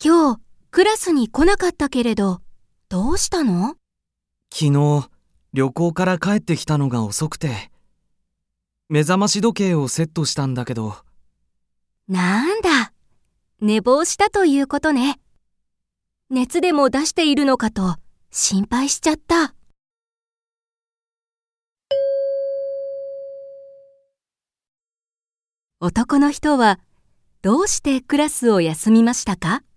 今日、クラスに来なかったけれど、どうしたの？ 昨日、旅行から帰ってきたのが遅くて、目覚まし時計をセットしたんだけど。 なんだ、寝坊したということね。熱でも出しているのかと心配しちゃった。男の人はどうしてクラスを休みましたか？